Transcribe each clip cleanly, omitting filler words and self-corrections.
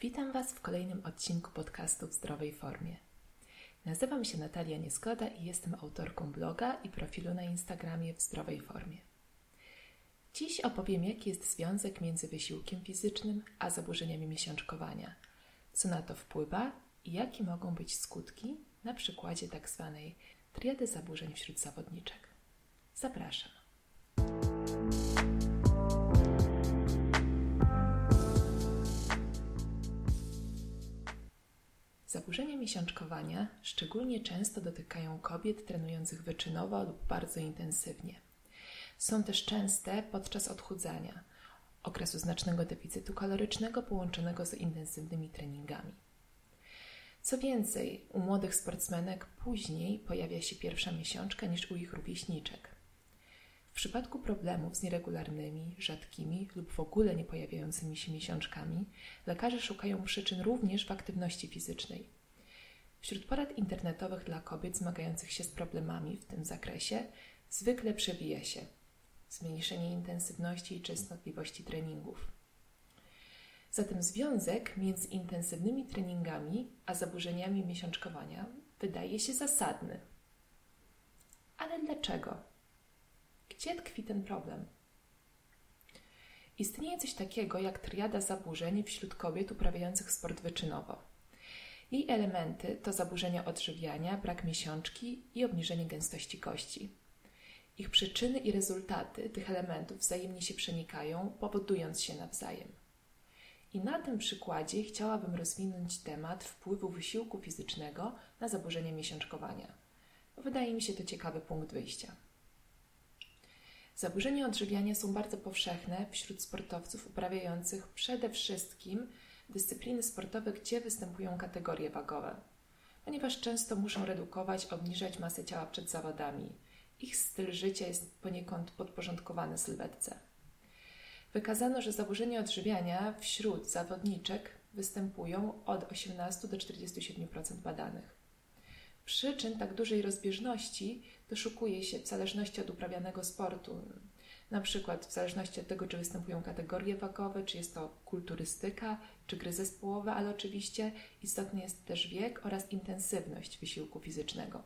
Witam Was w kolejnym odcinku podcastu w zdrowej formie. Nazywam się Natalia Niezgoda i jestem autorką bloga i profilu na Instagramie w zdrowej formie. Dziś opowiem, jaki jest związek między wysiłkiem fizycznym a zaburzeniami miesiączkowania, co na to wpływa i jakie mogą być skutki na przykładzie tzw. triady zaburzeń wśród zawodniczek. Zapraszam. Zaburzenia miesiączkowania szczególnie często dotykają kobiet trenujących wyczynowo lub bardzo intensywnie. Są też częste podczas odchudzania, okresu znacznego deficytu kalorycznego połączonego z intensywnymi treningami. Co więcej, u młodych sportsmenek później pojawia się pierwsza miesiączka niż u ich rówieśniczek. W przypadku problemów z nieregularnymi, rzadkimi lub w ogóle nie pojawiającymi się miesiączkami, lekarze szukają przyczyn również w aktywności fizycznej. Wśród porad internetowych dla kobiet zmagających się z problemami w tym zakresie zwykle przewija się zmniejszenie intensywności i częstotliwości treningów. Zatem związek między intensywnymi treningami a zaburzeniami miesiączkowania wydaje się zasadny. Ale dlaczego? Gdzie tkwi ten problem? Istnieje coś takiego jak triada zaburzeń wśród kobiet uprawiających sport wyczynowo. Jej elementy to zaburzenia odżywiania, brak miesiączki i obniżenie gęstości kości. Ich przyczyny i rezultaty tych elementów wzajemnie się przenikają, powodując się nawzajem. I na tym przykładzie chciałabym rozwinąć temat wpływu wysiłku fizycznego na zaburzenia miesiączkowania. Wydaje mi się to ciekawy punkt wyjścia. Zaburzenia odżywiania są bardzo powszechne wśród sportowców uprawiających przede wszystkim dyscypliny sportowe, gdzie występują kategorie wagowe, ponieważ często muszą redukować, obniżać masę ciała przed zawodami. Ich styl życia jest poniekąd podporządkowany sylwetce. Wykazano, że zaburzenia odżywiania wśród zawodniczek występują od 18 do 47% badanych. Przyczyn tak dużej rozbieżności doszukuje się w zależności od uprawianego sportu, na przykład w zależności od tego, czy występują kategorie wagowe, czy jest to kulturystyka, czy gry zespołowe, ale oczywiście istotny jest też wiek oraz intensywność wysiłku fizycznego.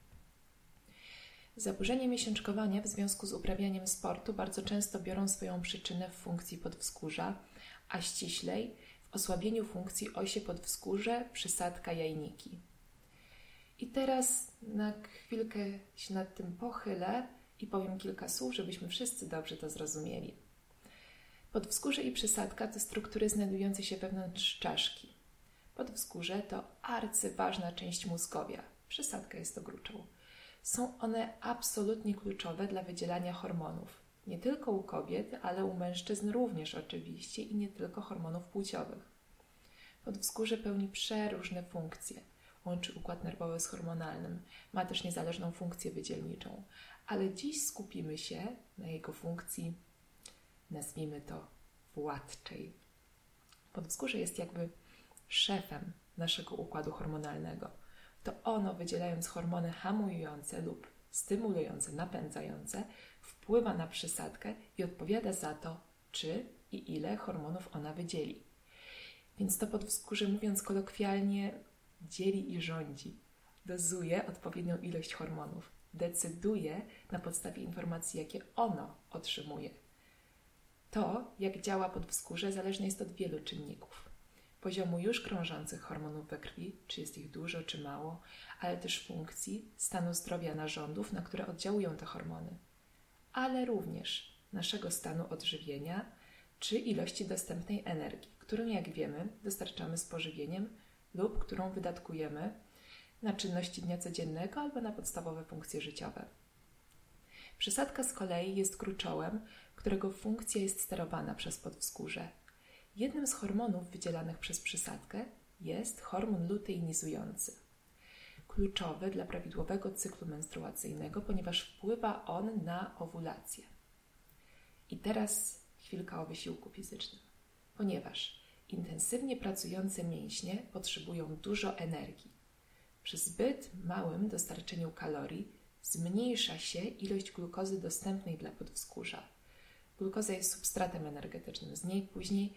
Zaburzenia miesiączkowania w związku z uprawianiem sportu bardzo często biorą swoją przyczynę w funkcji podwzgórza, a ściślej w osłabieniu funkcji osi podwzgórze, przysadka, jajniki. I teraz na chwilkę się nad tym pochylę i powiem kilka słów, żebyśmy wszyscy dobrze to zrozumieli. Podwzgórze i przysadka to struktury znajdujące się wewnątrz czaszki. Podwzgórze to arcyważna część mózgowia. Przysadka jest to gruczoł. Są one absolutnie kluczowe dla wydzielania hormonów. Nie tylko u kobiet, ale u mężczyzn również oczywiście i nie tylko hormonów płciowych. Podwzgórze pełni przeróżne funkcje. Łączy układ nerwowy z hormonalnym. Ma też niezależną funkcję wydzielniczą. Ale dziś skupimy się na jego funkcji, nazwijmy to, władczej. Podwzgórze jest jakby szefem naszego układu hormonalnego. To ono, wydzielając hormony hamujące lub stymulujące, napędzające, wpływa na przysadkę i odpowiada za to, czy i ile hormonów ona wydzieli. Więc to podwzgórze, mówiąc kolokwialnie, dzieli i rządzi. Dozuje odpowiednią ilość hormonów. Decyduje na podstawie informacji, jakie ono otrzymuje. To, jak działa podwzgórze, zależne jest od wielu czynników. Poziomu już krążących hormonów we krwi, czy jest ich dużo, czy mało, ale też funkcji, stanu zdrowia narządów, na które oddziałują te hormony, ale również naszego stanu odżywienia, czy ilości dostępnej energii, którą, jak wiemy, dostarczamy z pożywieniem lub którą wydatkujemy na czynności dnia codziennego albo na podstawowe funkcje życiowe. Przysadka z kolei jest gruczołem, którego funkcja jest sterowana przez podwzgórze. Jednym z hormonów wydzielanych przez przysadkę jest hormon luteinizujący. Kluczowy dla prawidłowego cyklu menstruacyjnego, ponieważ wpływa on na owulację. I teraz chwilka o wysiłku fizycznym. Ponieważ intensywnie pracujące mięśnie potrzebują dużo energii. Przy zbyt małym dostarczeniu kalorii zmniejsza się ilość glukozy dostępnej dla podwzgórza. Glukoza jest substratem energetycznym, z niej później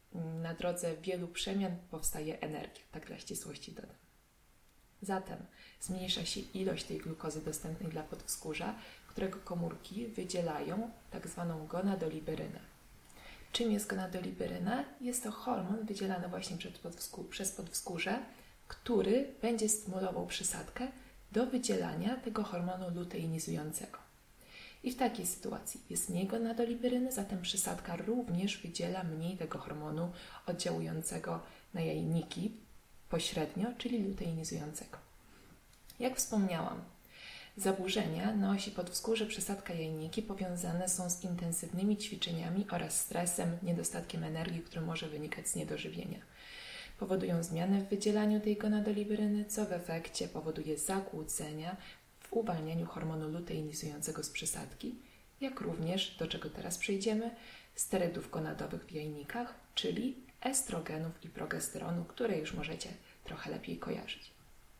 na drodze wielu przemian powstaje energia, tak dla ścisłości dodam. Zatem zmniejsza się ilość tej glukozy dostępnej dla podwzgórza, którego komórki wydzielają tak zwaną gonadoliberynę. Czym jest gonadoliberyna? Jest to hormon wydzielany właśnie przez podwzgórze, który będzie stymulował przysadkę do wydzielania tego hormonu luteinizującego. I w takiej sytuacji jest mniej gonadoliberyny, zatem przysadka również wydziela mniej tego hormonu oddziałującego na jajniki pośrednio, czyli luteinizującego. Jak wspomniałam, zaburzenia na osi podwzgórze, przysadka, jajniki powiązane są z intensywnymi ćwiczeniami oraz stresem, niedostatkiem energii, który może wynikać z niedożywienia. Powodują zmiany w wydzielaniu tej gonadoliberyny, co w efekcie powoduje zakłócenia w uwalnianiu hormonu luteinizującego z przysadki, jak również, do czego teraz przejdziemy, sterydów gonadowych w jajnikach, czyli estrogenów i progesteronu, które już możecie trochę lepiej kojarzyć.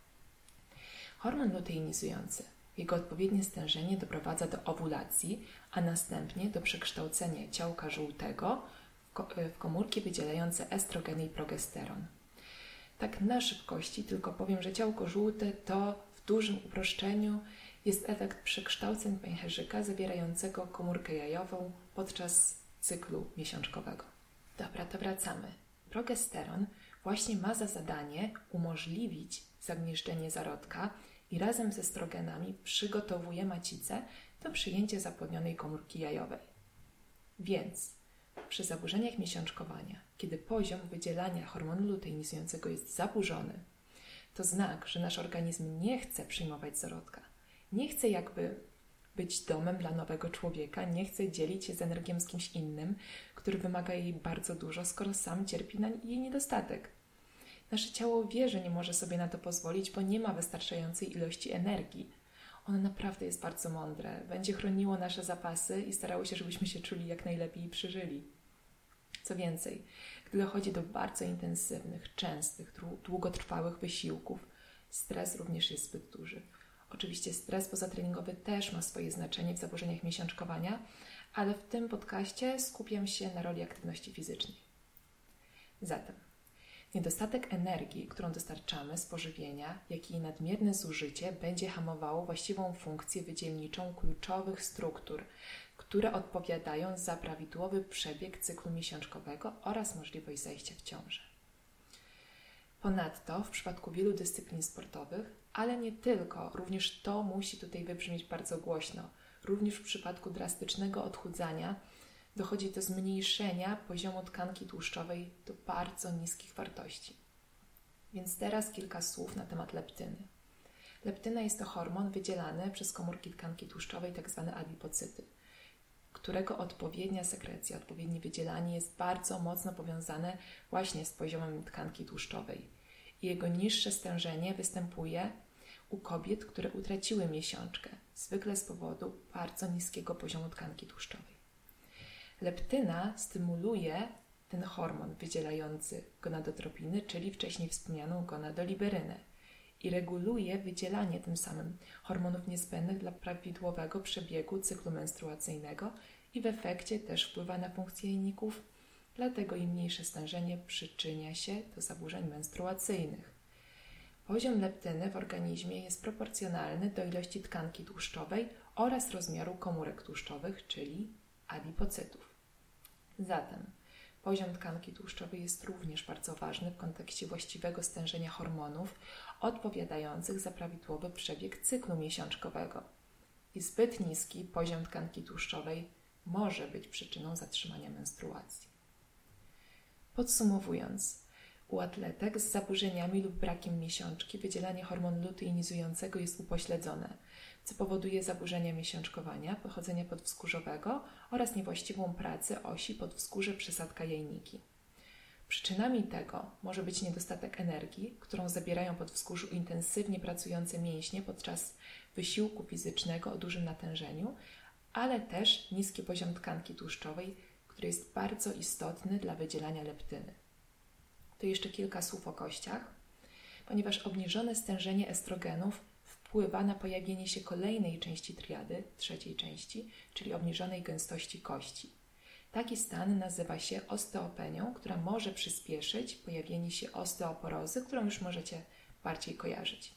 Hormon luteinizujący, jego odpowiednie stężenie doprowadza do owulacji, a następnie do przekształcenia ciałka żółtego w komórki wydzielające estrogeny i progesteron. Tak na szybkości tylko powiem, że ciałko żółte to w dużym uproszczeniu jest efekt przekształceń pęcherzyka zawierającego komórkę jajową podczas cyklu miesiączkowego. Dobra, to wracamy. Progesteron właśnie ma za zadanie umożliwić zagnieżdżenie zarodka i razem z estrogenami przygotowuje macicę do przyjęcia zapłodnionej komórki jajowej. Więc przy zaburzeniach miesiączkowania, kiedy poziom wydzielania hormonu luteinizującego jest zaburzony, to znak, że nasz organizm nie chce przyjmować zarodka. Nie chce jakby być domem dla nowego człowieka, nie chce dzielić się z energią z kimś innym, który wymaga jej bardzo dużo, skoro sam cierpi na jej niedostatek. Nasze ciało wie, że nie może sobie na to pozwolić, bo nie ma wystarczającej ilości energii. Ono naprawdę jest bardzo mądre, będzie chroniło nasze zapasy i starało się, żebyśmy się czuli jak najlepiej i przeżyli. Co więcej, gdy dochodzi do bardzo intensywnych, częstych, długotrwałych wysiłków, stres również jest zbyt duży. Oczywiście stres pozatreningowy też ma swoje znaczenie w zaburzeniach miesiączkowania, ale w tym podcaście skupiam się na roli aktywności fizycznej. Zatem niedostatek energii, którą dostarczamy z pożywienia, jak i nadmierne zużycie będzie hamowało właściwą funkcję wydzielniczą kluczowych struktur, które odpowiadają za prawidłowy przebieg cyklu miesiączkowego oraz możliwość zajścia w ciążę. Ponadto w przypadku wielu dyscyplin sportowych, ale nie tylko, również to musi tutaj wybrzmieć bardzo głośno, również w przypadku drastycznego odchudzania dochodzi do zmniejszenia poziomu tkanki tłuszczowej do bardzo niskich wartości. Więc teraz kilka słów na temat leptyny. Leptyna jest to hormon wydzielany przez komórki tkanki tłuszczowej, tzw. adipocyty, którego odpowiednia sekrecja, odpowiednie wydzielanie jest bardzo mocno powiązane właśnie z poziomem tkanki tłuszczowej. I jego niższe stężenie występuje u kobiet, które utraciły miesiączkę, zwykle z powodu bardzo niskiego poziomu tkanki tłuszczowej. Leptyna stymuluje ten hormon wydzielający gonadotropiny, czyli wcześniej wspomnianą gonadoliberynę i reguluje wydzielanie tym samym hormonów niezbędnych dla prawidłowego przebiegu cyklu menstruacyjnego i w efekcie też wpływa na funkcję jajników, dlatego im mniejsze stężenie przyczynia się do zaburzeń menstruacyjnych. Poziom leptyny w organizmie jest proporcjonalny do ilości tkanki tłuszczowej oraz rozmiaru komórek tłuszczowych, czyli adipocytów. Zatem poziom tkanki tłuszczowej jest również bardzo ważny w kontekście właściwego stężenia hormonów odpowiadających za prawidłowy przebieg cyklu miesiączkowego. I zbyt niski poziom tkanki tłuszczowej może być przyczyną zatrzymania menstruacji. Podsumowując, u atletek z zaburzeniami lub brakiem miesiączki wydzielanie hormonu luteinizującego jest upośledzone, co powoduje zaburzenia miesiączkowania, pochodzenia podwzgórzowego oraz niewłaściwą pracę osi podwzgórze-przysadka-jajniki. Przyczynami tego może być niedostatek energii, którą zabierają podwzgórzu intensywnie pracujące mięśnie podczas wysiłku fizycznego o dużym natężeniu, ale też niski poziom tkanki tłuszczowej, który jest bardzo istotny dla wydzielania leptyny. To jeszcze kilka słów o kościach, ponieważ obniżone stężenie estrogenów wpływa na pojawienie się kolejnej części triady, trzeciej części, czyli obniżonej gęstości kości. Taki stan nazywa się osteopenią, która może przyspieszyć pojawienie się osteoporozy, którą już możecie bardziej kojarzyć.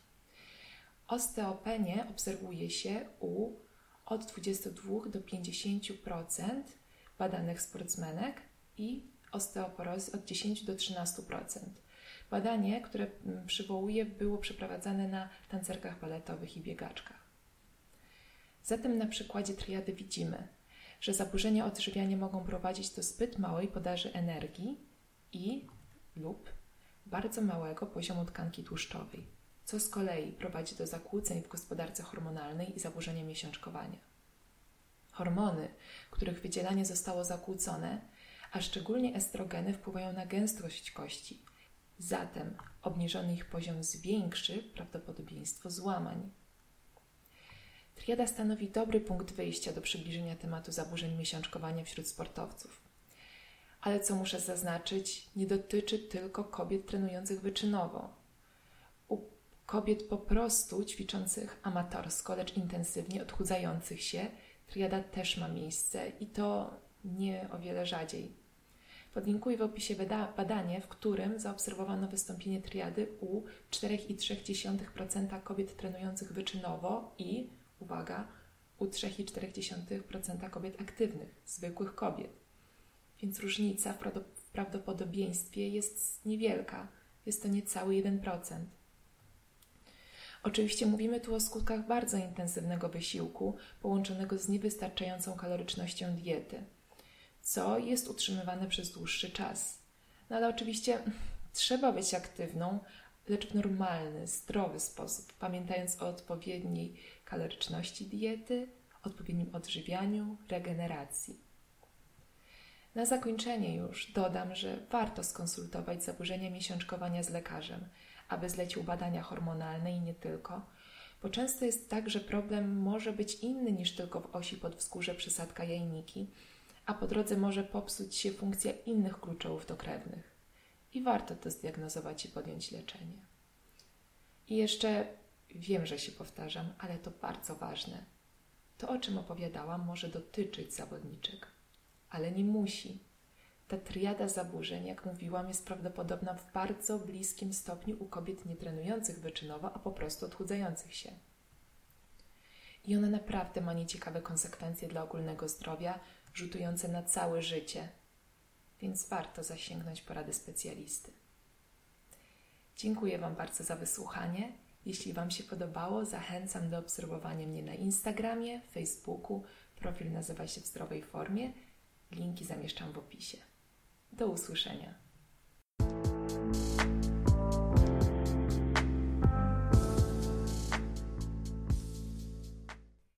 Osteopenię obserwuje się u od 22 do 50% badanych sportsmenek i osteoporozy od 10 do 13%. Badanie, które przywołuję, było przeprowadzane na tancerkach baletowych i biegaczkach. Zatem na przykładzie triady widzimy, że zaburzenia odżywiania mogą prowadzić do zbyt małej podaży energii lub bardzo małego poziomu tkanki tłuszczowej, co z kolei prowadzi do zakłóceń w gospodarce hormonalnej i zaburzenia miesiączkowania. Hormony, których wydzielanie zostało zakłócone, a szczególnie estrogeny, wpływają na gęstość kości. Zatem obniżony ich poziom zwiększy prawdopodobieństwo złamań. Triada stanowi dobry punkt wyjścia do przybliżenia tematu zaburzeń miesiączkowania wśród sportowców. Ale co muszę zaznaczyć, nie dotyczy tylko kobiet trenujących wyczynowo. U kobiet po prostu ćwiczących amatorsko, lecz intensywnie odchudzających się, triada też ma miejsce i to nie o wiele rzadziej. Podlinkuję w opisie badanie, w którym zaobserwowano wystąpienie triady u 4,3% kobiet trenujących wyczynowo i, uwaga, u 3,4% kobiet aktywnych, zwykłych kobiet. Więc różnica w prawdopodobieństwie jest niewielka. Jest to niecały 1%. Oczywiście mówimy tu o skutkach bardzo intensywnego wysiłku połączonego z niewystarczającą kalorycznością diety, co jest utrzymywane przez dłuższy czas. No ale oczywiście trzeba być aktywną, lecz w normalny, zdrowy sposób, pamiętając o odpowiedniej kaloryczności diety, odpowiednim odżywianiu, regeneracji. Na zakończenie już dodam, że warto skonsultować zaburzenia miesiączkowania z lekarzem, aby zlecił badania hormonalne i nie tylko, bo często jest tak, że problem może być inny niż tylko w osi podwzgórze przysadka jajniki, a po drodze może popsuć się funkcja innych kluczołów dokrewnych. I warto to zdiagnozować i podjąć leczenie. I jeszcze wiem, że się powtarzam, ale to bardzo ważne. To, o czym opowiadałam, może dotyczyć zawodniczek, ale nie musi. Ta triada zaburzeń, jak mówiłam, jest prawdopodobna w bardzo bliskim stopniu u kobiet nietrenujących wyczynowo, a po prostu odchudzających się. I ona naprawdę ma nieciekawe konsekwencje dla ogólnego zdrowia, rzutujące na całe życie, więc warto zasięgnąć porady specjalisty. Dziękuję Wam bardzo za wysłuchanie. Jeśli Wam się podobało, zachęcam do obserwowania mnie na Instagramie, Facebooku. Profil nazywa się W Zdrowej Formie. Linki zamieszczam w opisie. Do usłyszenia.